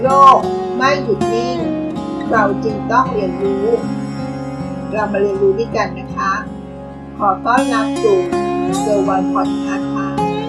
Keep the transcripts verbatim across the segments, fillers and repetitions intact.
กไม่หยุดนิ่งเราจึงต้องเรียนรู้เรามาเรียนรู้ด้วยกันนะคะขอต้อนรับสู่เซอร์วันพอดคาสต์ค่ะ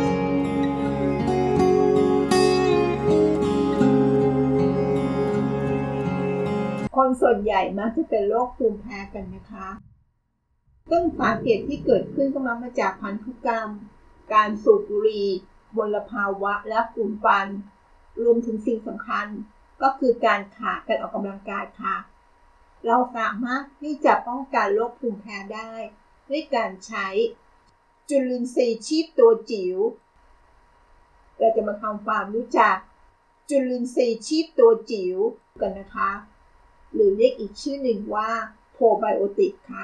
คนส่วนใหญ่มักจะเป็นโรคภูมิแพ้กันนะคะซึ่งสาเหตุที่เกิดขึ้นก็มักมาจากพันธุกรรมการสูบบุหรี่มลภาวะและฝุ่นควันรวมถึงสิ่งสำคัญก็คือการขาดการออกกำลังกายค่ะเราสามารถที่จะป้องกันโรคภูมิแพ้ได้ด้วยการใช้จุลินทรีย์ชีพตัวจิ๋วเราจะมาทำความรู้จักจุลินทรีย์ชีพตัวจิ๋วกันนะคะหรือเรียกอีกชื่อหนึ่งว่าโพไบโอติกค่ะ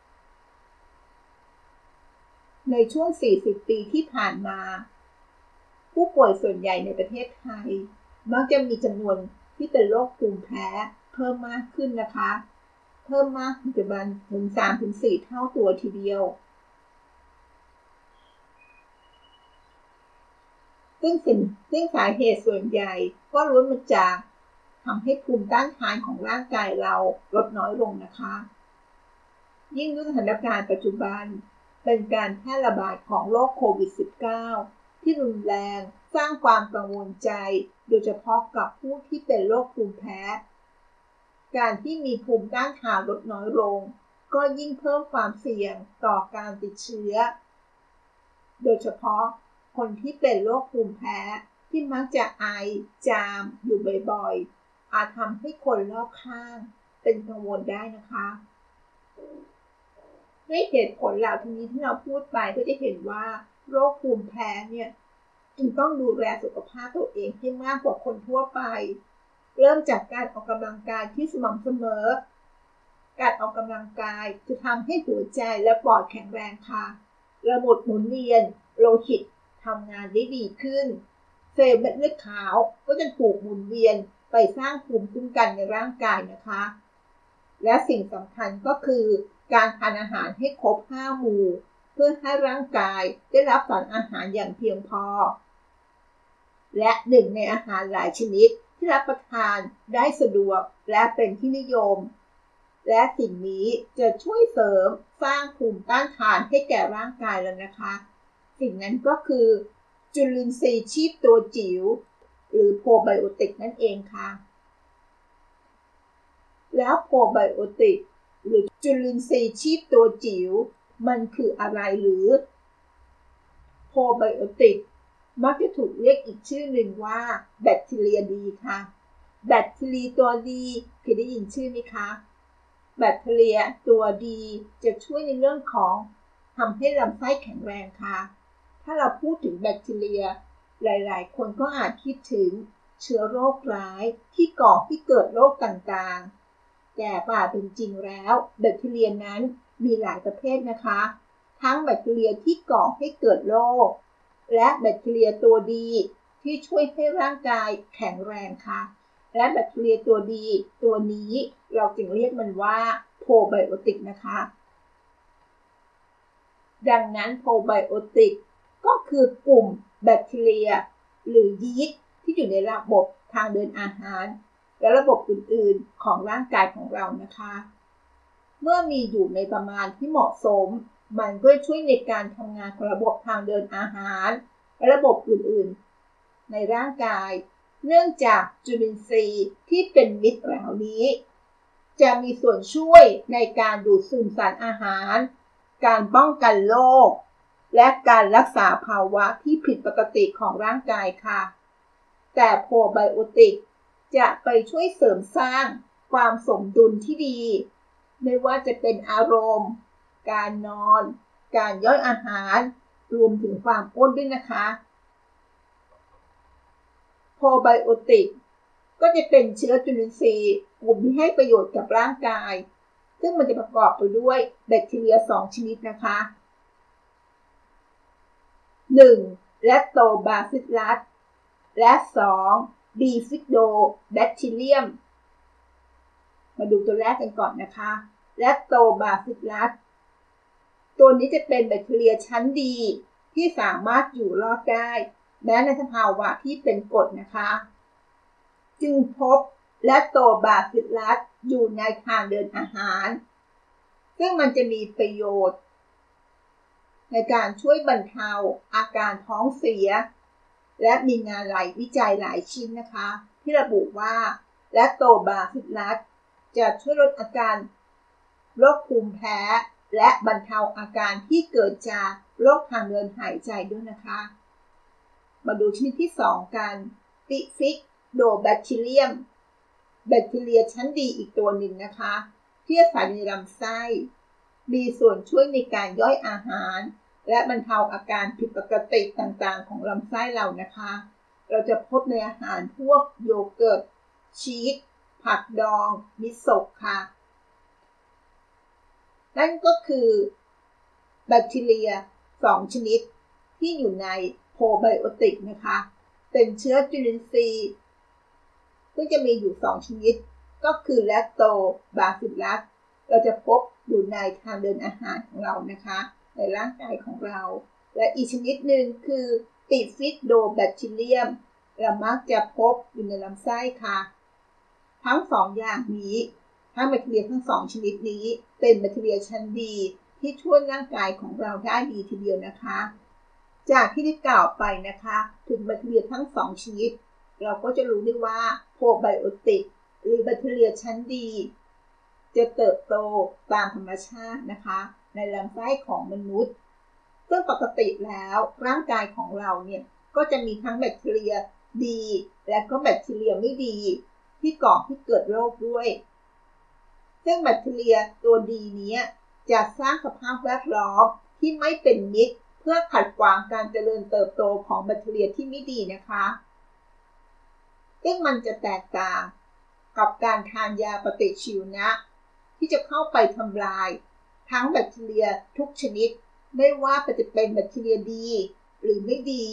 ในช่วงสี่สิบปีที่ผ่านมาผู้ป่วยส่วนใหญ่ในประเทศไทยมักจะมีจำนวนที่เป็นโรคภูมิแพ้เพิ่มมากขึ้นนะคะเพิ่มมากปัจจุบันถึง สามถึงสี่ เท่าตัวทีเดียวซึ่งสิ่งซึ่งสาเหตุส่วนใหญ่ก็ล้วนมาจากทำให้ภูมิต้านทานของร่างกายเราลดน้อยลงนะคะยิ่งด้วยสถานการณ์ปัจจุบันเป็นการแพร่ระบาดของโรคโควิด สิบเก้า ที่รุนแรงสร้างความกังวลใจโดยเฉพาะกับผู้ที่เป็นโรคภูมิแพ้การที่มีภูมิต้านทานลดน้อยลงก็ยิ่งเพิ่มความเสี่ยงต่อการติดเชื้อโดยเฉพาะคนที่เป็นโรคภูมิแพ้ที่มักจะไอจามอยู่บ่อยๆอาจทำให้คนรอบข้างเป็นกังวลได้นะคะด้วยเหตุผลเหล่านี้ที่เราพูดไปก็จะเห็นว่าโรคภูมิแพ้เนี่ยจึงต้องดูแลสุขภาพตัวเองให้มากกว่าคนทั่วไปเริ่มจากการออกกำลังกายที่สม่ำเสมอการออกกำลังกายจะทำให้หัวใจและปอดแข็งแรงค่ะระบบหมุนเวียนโลหิตทำงานได้ดีขึ้นเซลล์เม็ดเลือดขาวก็จะถูกหมุนเวียนไปสร้างภูมิคุ้มกันในร่างกายนะคะและสิ่งสำคัญก็คือการทานอาหารให้ครบห้าหมู่เพื่อให้ร่างกายได้รับสารอาหารอย่างเพียงพอและหนึ่งในอาหารหลายชนิดที่รับประทานได้สะดวกและเป็นที่นิยมและสิ่งนี้จะช่วยเสริมสร้างภูมิต้านทานให้แก่ร่างกายแล้วนะคะสิ่งนั้นก็คือจุลินทรีย์ชีพตัวจิ๋วหรือโพไบโอติกนั่นเองค่ะแล้วโพไบโอติกหรือจุลินทรีย์ชีพตัวจิ๋วมันคืออะไรหรือโพไบโอติกมักจะถูกเรียกอีกชื่อหนึ่งว่าแบคทีเรียดีค่ะแบคทีเรียตัวดีเคยได้ยินชื่อไหมคะแบคทีเรียตัวดีจะช่วยในเรื่องของทำให้ลำไส้แข็งแรงค่ะถ้าเราพูดถึงแบคทีเรียหลายๆคนก็อาจคิดถึงเชื้อโรคร้ายที่ก่อให้เกิดโรคต่างๆแต่ป่าเป็นจริงแล้วแบคทีเรียนั้นมีหลายประเภทนะคะทั้งแบคทีเรียที่ก่อให้เกิดโรคและแบคทีเรียตัวดีที่ช่วยให้ร่างกายแข็งแรงค่ะและแบคทีเรียตัวดีตัวนี้เราจึงเรียกมันว่าโพไบโอติกนะคะดังนั้นโพไบโอติกก็คือกลุ่มแบคทีเรียหรือยีสต์ที่อยู่ในระบบทางเดินอาหารและระบบอื่นๆของร่างกายของเรานะคะเมื่อมีอยู่ในประมาณที่เหมาะสมมันก็ช่วยในการทำงานของระบบทางเดินอาหารและระบบอื่นๆในร่างกายเนื่องจากจุลินทรีย์ที่เป็นมิตรเหล่านี้จะมีส่วนช่วยในการดูดซึมสารอาหารการป้องกันโรคและการรักษาภาวะที่ผิดปกติของร่างกายค่ะแต่โพไบโอติกจะไปช่วยเสริมสร้างความสมดุลที่ดีไม่ว่าจะเป็นอารมณ์การนอนการย่อยอาหารรวมถึงความอ้วนด้วยนะคะโพไบโอติกก็จะเป็นเชื้อจุลินทรีย์กลุ่มที่ให้ประโยชน์กับร่างกายซึ่งมันจะประกอบไปด้วยแบคทีเรียสองชนิดนะคะหนึ่งแลคโตบาซิลลัสและสองบีฟิโดแบคทีเรียมมาดูตัวแรกกันก่อนนะคะแลคโตบาซิลลัสตัวนี้จะเป็นแบคทีเรียชั้นดีที่สามารถอยู่รอดได้แม้ในสภาวะที่เป็นกรดนะคะจจึงพบและโตบาซิลลัสอยู่ในทางเดินอาหารซึ่งมันจะมีประโยชน์ในการช่วยบรรเทาอาการท้องเสียและมีงานหลายวิจัยหลายชิ้นนะคะที่ระบุว่าและโตบาซิลลัสจะช่วยลดอาการโรคภูมิแพ้และบรรเทาอาการที่เกิดจากโรคทางเดินหายใจด้วยนะคะมาดูชนิดที่สองกันติฟิกโดแบคทีเรียมแบคทีเรียชั้นดีอีกตัวหนึ่งนะคะที่อาศัยในลำไส้มีส่วนช่วยในการย่อยอาหารและบรรเทาอาการผิดปกติต่างๆของลำไส้เรานะคะเราจะพบในอาหารพวกโยเกิร์ตชีสผักดองมิโซะค่ะนั่นก็คือแบคทีเรียสองชนิดที่อยู่ในโพไบโอติกนะคะเป็นเชื้อจุลินทรีย์ซึ่งจะมีอยู่สองชนิดก็คือแลคโตบาซิลลัสเราจะพบอยู่ในทางเดินอาหารของเรานะคะในร่างกายของเราและอีกชนิดหนึ่งคือติฟิโดแบคทีเรียมเรามักจะพบอยู่ในลำไส้ค่ะทั้งสองอย่างนี้ทั้งแบคทีเรียทั้งสองชนิดนี้เป็นแบคทีเรียชั้นดีที่ช่วยร่างกายของเราได้ดีทีเดียวนะคะจากที่ได้กล่าวไปนะคะถึงแบคทีเรียทั้งสองชนิดเราก็จะรู้ได้ว่าโพไบโอติกหรือแบคทีเรียชั้นดีจะเติบโตตามธรรมชาตินะคะในลำไส้ของมนุษย์ซึ่งปกติแล้วร่างกายของเราเนี่ยก็จะมีทั้งแบคทีเรียดีและก็แบคทีเรียไม่ดีที่ก่อให้เกิดโรคด้วยซึ่งแบคทีเรียตัวดีนี้จะสร้างสภาพแวดล้อมที่ไม่เป็นมิตรเพื่อขัดขวางการเจริญเติบโตของแบคทีเรียที่ไม่ดีนะคะซึ่งมันจะแตกต่างกับการทานยาปฏิชีวนะที่จะเข้าไปทำลายทั้งแบคทีเรียทุกชนิดไม่ว่าจะเป็นแบคทีเรียดีหรือไม่ดี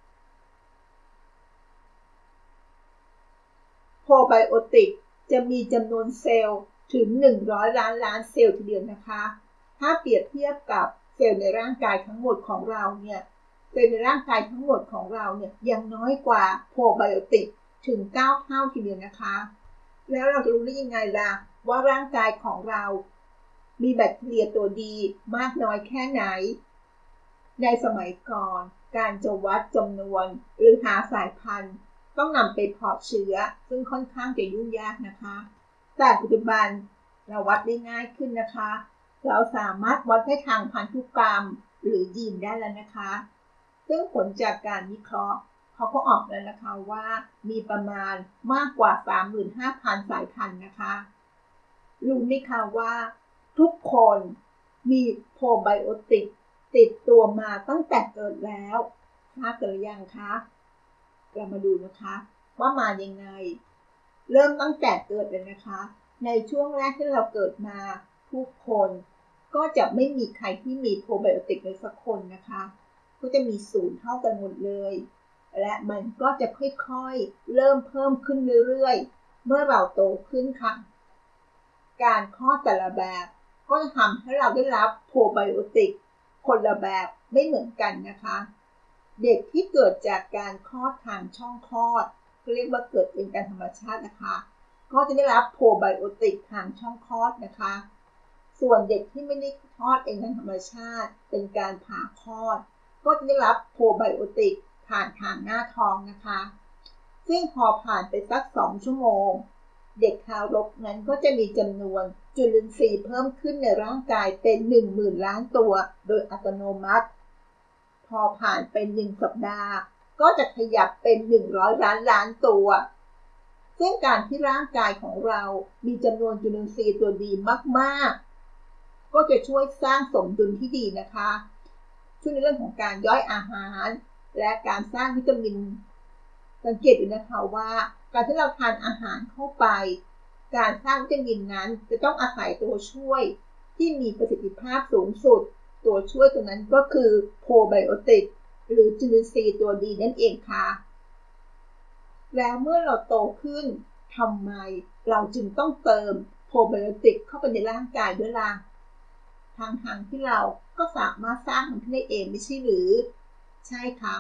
โพไบโอติกจะมีจำนวนเซลล์ถึงหนึ่งร้อยล้านล้านเซลล์ทีเดียวนะคะถ้าเปรียบเทียบกับเซลล์ในร่างกายทั้งหมดของเราเนี่ยเซลล์ในร่างกายทั้งหมดของเราเนี่ยยังน้อยกว่าโพไบโอติกถึงเก้าเท่าทีเดียวนะคะแล้วเราจะรู้ได้ยังไงล่ะว่าร่างกายของเรามีแบคทีเรียตัวดีมากน้อยแค่ไหนในสมัยก่อนการจะวัดจำนวนหรือหาสายพันธุ์ต้องนำไปเพาะเชื้อซึ่งค่อนข้างจะยุ่งยากนะคะแต่ปัจจุบันเราวัดได้ง่ายขึ้นนะคะเราสามารถวัดได้ทางพันธุกรรมหรือยีนได้แล้วนะคะซึ่งผลจากการวิเคราะห์เขาก็ออกแล้วนะคะว่ามีประมาณมากกว่า สามหมื่นห้าพัน สายพันธุ์นะคะรู้ไหมคะว่าทุกคนมีโพไบโอติกติดตัวมาตั้งแต่เกิดแล้วทราบหรือยังคะเรามาดูนะคะว่ามายังไงเริ่มตั้งแต่เกิดเลยนะคะในช่วงแรกที่เราเกิดมาทุกคนก็จะไม่มีใครที่มีโพไบโอติกเลยสักคนนะคะก็จะมีศูนย์เท่ากันหมดเลยและมันก็จะค่อยๆเริ่มเพิ่มขึ้นเรื่อยๆเมื่อเราโตขึ้นค่ะการคลอดแต่ละแบบก็จะทำให้เราได้รับโพไบโอติกคนละแบบไม่เหมือนกันนะคะเด็กที่เกิดจากการคลอดทางช่องคลอดก็เรียกว่าเกิดเป็นการธรรมชาตินะคะก็จะได้รับโพไบโอติกทางช่องคลอดนะคะส่วนเด็กที่ไม่ได้คลอดเองทางธรรมชาติเป็นการผ่าคลอดก็จะได้รับโพไบโอติกผ่านทางหน้าท้องนะคะซึ่งพอผ่านไปสักสองชั่วโมงเด็กทารกนั้นก็จะมีจำนวนจุลินทรีย์เพิ่มขึ้นในร่างกายเป็น หนึ่งหมื่น ล้านตัวโดยอัตโนมัติพอผ่านไปหนึ่งสัปดาห์ก็จะขยับเป็นหนึ่งร้อยล้านล้านตัวซึ่งการที่ร่างกายของเรามีจำนวนจุลินทรีย์ตัวดีมากๆก็จะช่วยสร้างสมดุลที่ดีนะคะช่วยในเรื่องของการย่อยอาหารและการสร้างวิตามินสังเกตดูนะคะว่าการที่เราทานอาหารเข้าไปการสร้างวิตามินนั้นจะต้องอาศัยตัวช่วยที่มีประสิทธิภาพสูงสุดตัวช่วยตัวนั้นก็คือโพไบโอติกหรือจุลินทรีย์ตัวดีนั่นเองค่ะแล้วเมื่อเราโตขึ้นทำไมเราจึงต้องเติมโพไบโอติกเข้าไปในร่างกายด้วยล่ะทางทางที่เราก็สามารถสร้างมันขึ้นได้เองไม่ใช่หรือใช่ค่ะ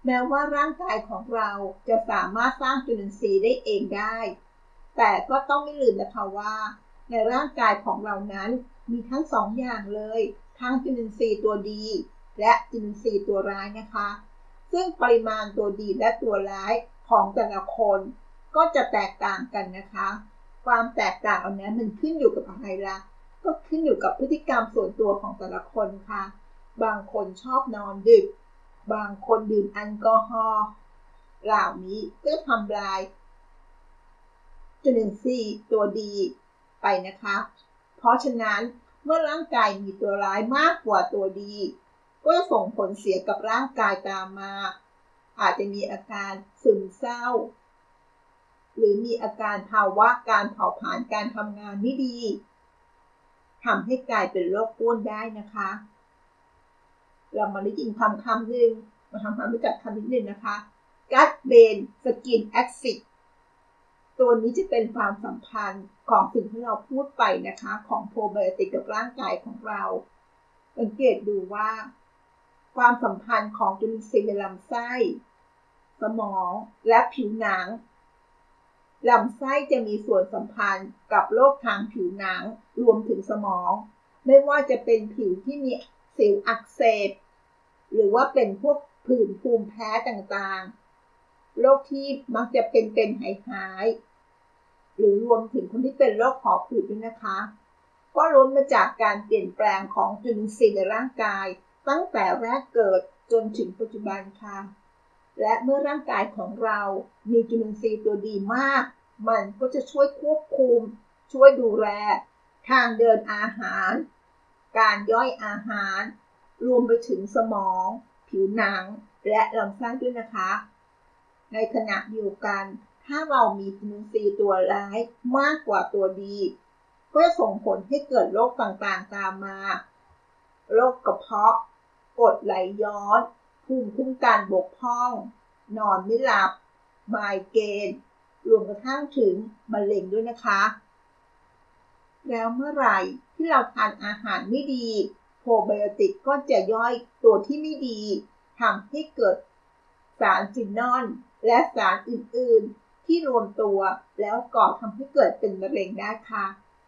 แม้ว่าร่างกายของเราจะสามารถสร้างจุลินทรีย์ได้เองได้แต่ก็ต้องไม่ลืมนะคะว่าในร่างกายของเรานั้นมีทั้งสองอย่างเลยทั้งจุลินทรีย์ตัวดีและจุลินทรีย์ตัวร้ายนะคะซึ่งปริมาณตัวดีและตัวร้ายของแต่ละคนก็จะแตกต่างกันนะคะความแตกต่างอันนี้มันขึ้นอยู่กับอะไรล่ะก็ขึ้นอยู่กับพฤติกรรมส่วนตัวของแต่ละคนค่ะบางคนชอบนอนดึกบางคนดื่มแอลกอฮอล์เหล่านี้ก็ทำลายจุลินทรีย์ตัวดีไปนะคะเพราะฉะนั้นเมื่อร่างกายมีตัวร้ายมากกว่าตัวดีก็จะส่งผลเสียกับร่างกายตามมาอาจจะมีอาการซึมเศร้าหรือมีอาการภาวะการเผาผลาญการทำงานไม่ดีทำให้กลายเป็นโรคอ้วนได้นะคะเรามาได้ยินคำคำหนึ่งมาทำความรู้จักคำนิดนึงนะคะ gut brain skin axis ตัวนี้จะเป็นความสัมพันธ์ของสิ่งที่เราพูดไปนะคะของโปรไบโอติกกับร่างกายของเราสังเกตดูว่าความสัมพันธ์ของจุลินทรีย์ในลำไส้สมองและผิวหนังลำไส้จะมีส่วนสัมพันธ์กับโรคทางผิวหนังรวมถึงสมองไม่ว่าจะเป็นผิวที่มีสิวอักเสบหรือว่าเป็นพวกผื่นภูมิแพ้ต่างๆโรคที่มักจะเป็นเป็นหายหายหรือรวมถึงคนที่เป็นโรคหอบหืดด้วยนะคะก็ล้วนมาจากการเปลี่ยนแปลงของจุลินทรีย์ในร่างกายตั้งแต่แรกเกิดจนถึงปัจจุบันค่ะและเมื่อร่างกายของเรามีจุลินทรีย์ตัวดีมากมันก็จะช่วยควบคุมช่วยดูแลทางเดินอาหารการย่อยอาหารรวมไปถึงสมองผิวหนังและลำไส้ด้วยนะคะในขณะเดียวกันถ้าเรามีจุลินทรีย์ตัวร้ายมากกว่าตัวดีก็จะส่งผลให้เกิดโรคต่างๆตามมาโรคกระเพาะกรดไหลย้อนภูมิคุ้มกันบกพร่องนอนไม่หลับไมเกรนรวมกระทั่งถึงมะเร็งด้วยนะคะแล้วเมื่อไหร่ที่เราทานอาหารไม่ดีโปรไบโอติกก็จะย่อยตัวที่ไม่ดีทำให้เกิดสารฟีนอลและสารอื่นๆที่รวมตัวแล้วก่อทำให้เกิดเป็นมะเร็งได้ค่ะ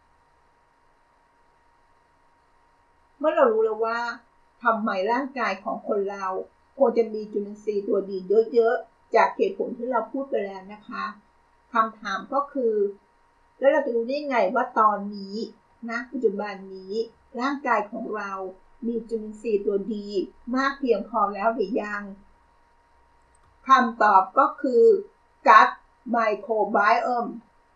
เมื่อเรารู้แล้วว่าทำไมร่างกายของคนเราควรจะมีจุลินทรีย์ตัวดีเยอะๆจากเหตุผลที่เราพูดไปแล้วนะคะคำถามก็คือแล้วเราจะรู้ได้ไงว่าตอนนี้ณปัจจุบันนี้ร่างกายของเรามีจุลินทรีย์ตัวดีมากเพียงพอแล้วหรือยังคำตอบก็คือ gut microbiome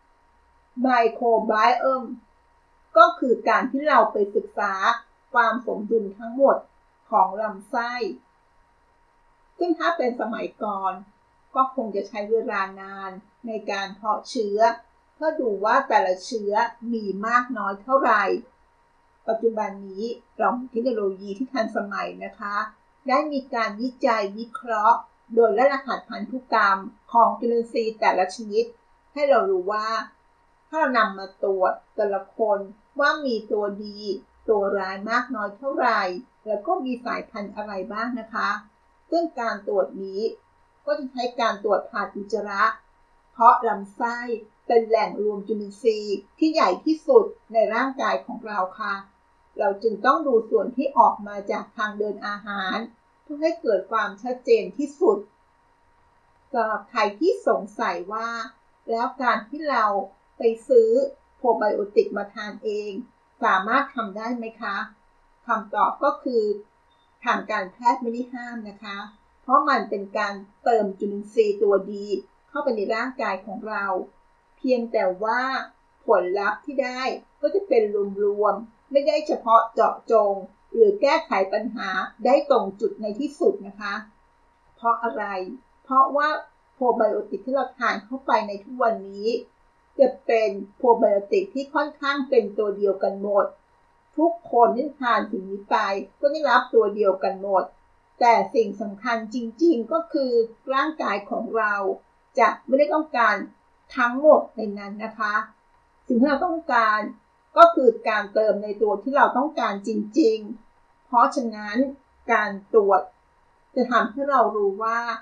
microbiome ก็คือการที่เราไปศึกษาความสมดุลทั้งหมดของลำไส้ซึ่งถ้าเป็นสมัยก่อนก็คงจะใช้เวลานานในการเพาะเชื้อเพื่อดูว่าแต่ละเชื้อมีมากน้อยเท่าไหร่ปัจจุบันนี้เรามีเทคโนโลยีที่ทันสมัยนะคะได้มีการวิจัยวิเคราะห์โดยรหัสพันธุกรรมของจุลินทรีย์แต่ละชนิดให้เรารู้ว่าถ้าเรานำมาตรวจแต่ละคนว่ามีตัวดีตัวร้ายมากน้อยเท่าไหร่แล้วก็มีสายพันธุ์อะไรบ้างนะคะซึ่งการตรวจนี้ก็จะใช้การตรวจผ่านอุจจาระเพราะลำไส้เป็นแหล่งรวมจุลินทรีย์ที่ใหญ่ที่สุดในร่างกายของเราค่ะเราจึงต้องดูส่วนที่ออกมาจากทางเดินอาหารเพื่อให้เกิดความชัดเจนที่สุดสำหรับใครที่สงสัยว่าแล้วการที่เราไปซื้อโปรไบโอติกมาทานเองสามารถทำได้ไหมคะคำตอบก็คือทางการแพทย์ไม่ได้ห้ามนะคะเพราะมันเป็นการเติมจุลินทรีย์ตัวดีเข้าไปในร่างกายของเราเพียงแต่ว่าผลลัพธ์ที่ได้ก็จะเป็นรวมๆไม่ได้เฉพาะเจาะจงหรือแก้ไขปัญหาได้ตรงจุดในที่สุดนะคะเพราะอะไรเพราะว่าโปรไบโอติกที่เราทานเข้าไปในทุกวันนี้จะเป็นโปรไบโอติกที่ค่อนข้างเป็นตัวเดียวกันหมดทุกคนที่ทานสิ่งนี้ไปก็ได้รับตัวเดียวกันหมดแต่สิ่งสำคัญจริงๆก็คือร่างกายของเราจะไม่ได้ต้องการทั้งหมดในนั้นนะคะสิ่งที่เราต้องการก็คือการเติมในตัวที่เราต้องการจริงๆเพราะฉะนั้นการตรวจจะทำให้เรารู้ว่า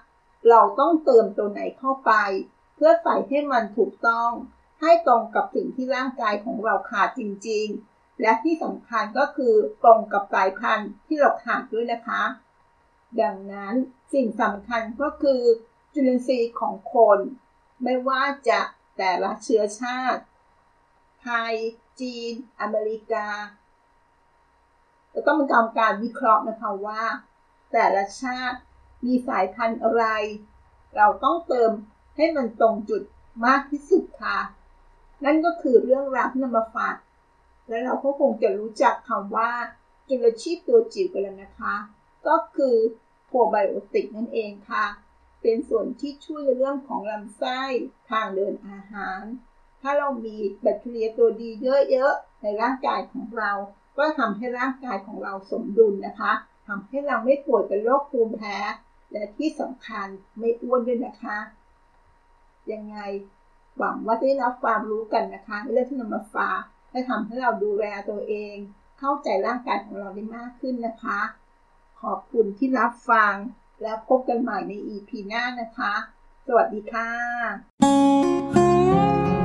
เราต้องเติมตัวไหนเข้าไปเพื่อใส่ให้มันถูกต้องให้ตรงกับสิ่งที่ร่างกายของเราขาดจริงๆและที่สำคัญก็คือตรงกับสายพันธุ์ที่เราขาดด้วยนะคะดังนั้นสิ่งสำคัญก็คือจุลินทรีย์ของคนไม่ว่าจะแต่ละเชื้อชาติไทยจีนอเมริกาจะต้องทำการวิเคราะห์นะคะว่าแต่ละชาติมีสายพันธุ์อะไรเราต้องเติมให้มันตรงจุดมากที่สุดค่ะนั่นก็คือเรื่องราวที่นำมาฝากและเราก็คงจะรู้จักคำว่าจุลชีพตัวจิ๋วกันแล้วนะคะก็คือโปรไบโอติกนั่นเองค่ะเป็นส่วนที่ช่วยในเรื่องของลำไส้ทางเดินอาหารถ้าเรามีแบคทีเรียตัวดีเยอะๆในร่างกายของเราก็ทำให้ร่างกายของเราสมดุลนะคะทำให้เราไม่ป่วยเป็นโรคภูมิแพ้และที่สำคัญไม่อ้วนด้วยนะคะยังไงหวังว่าจะได้รับความรู้กันนะคะในเรื่องที่นำมาฝากและทำให้เราดูแลตัวเองเข้าใจร่างกายของเราได้มากขึ้นนะคะขอบคุณที่รับฟังแล้วพบกันใหม่ใน อี พี หน้านะคะสวัสดีค่ะ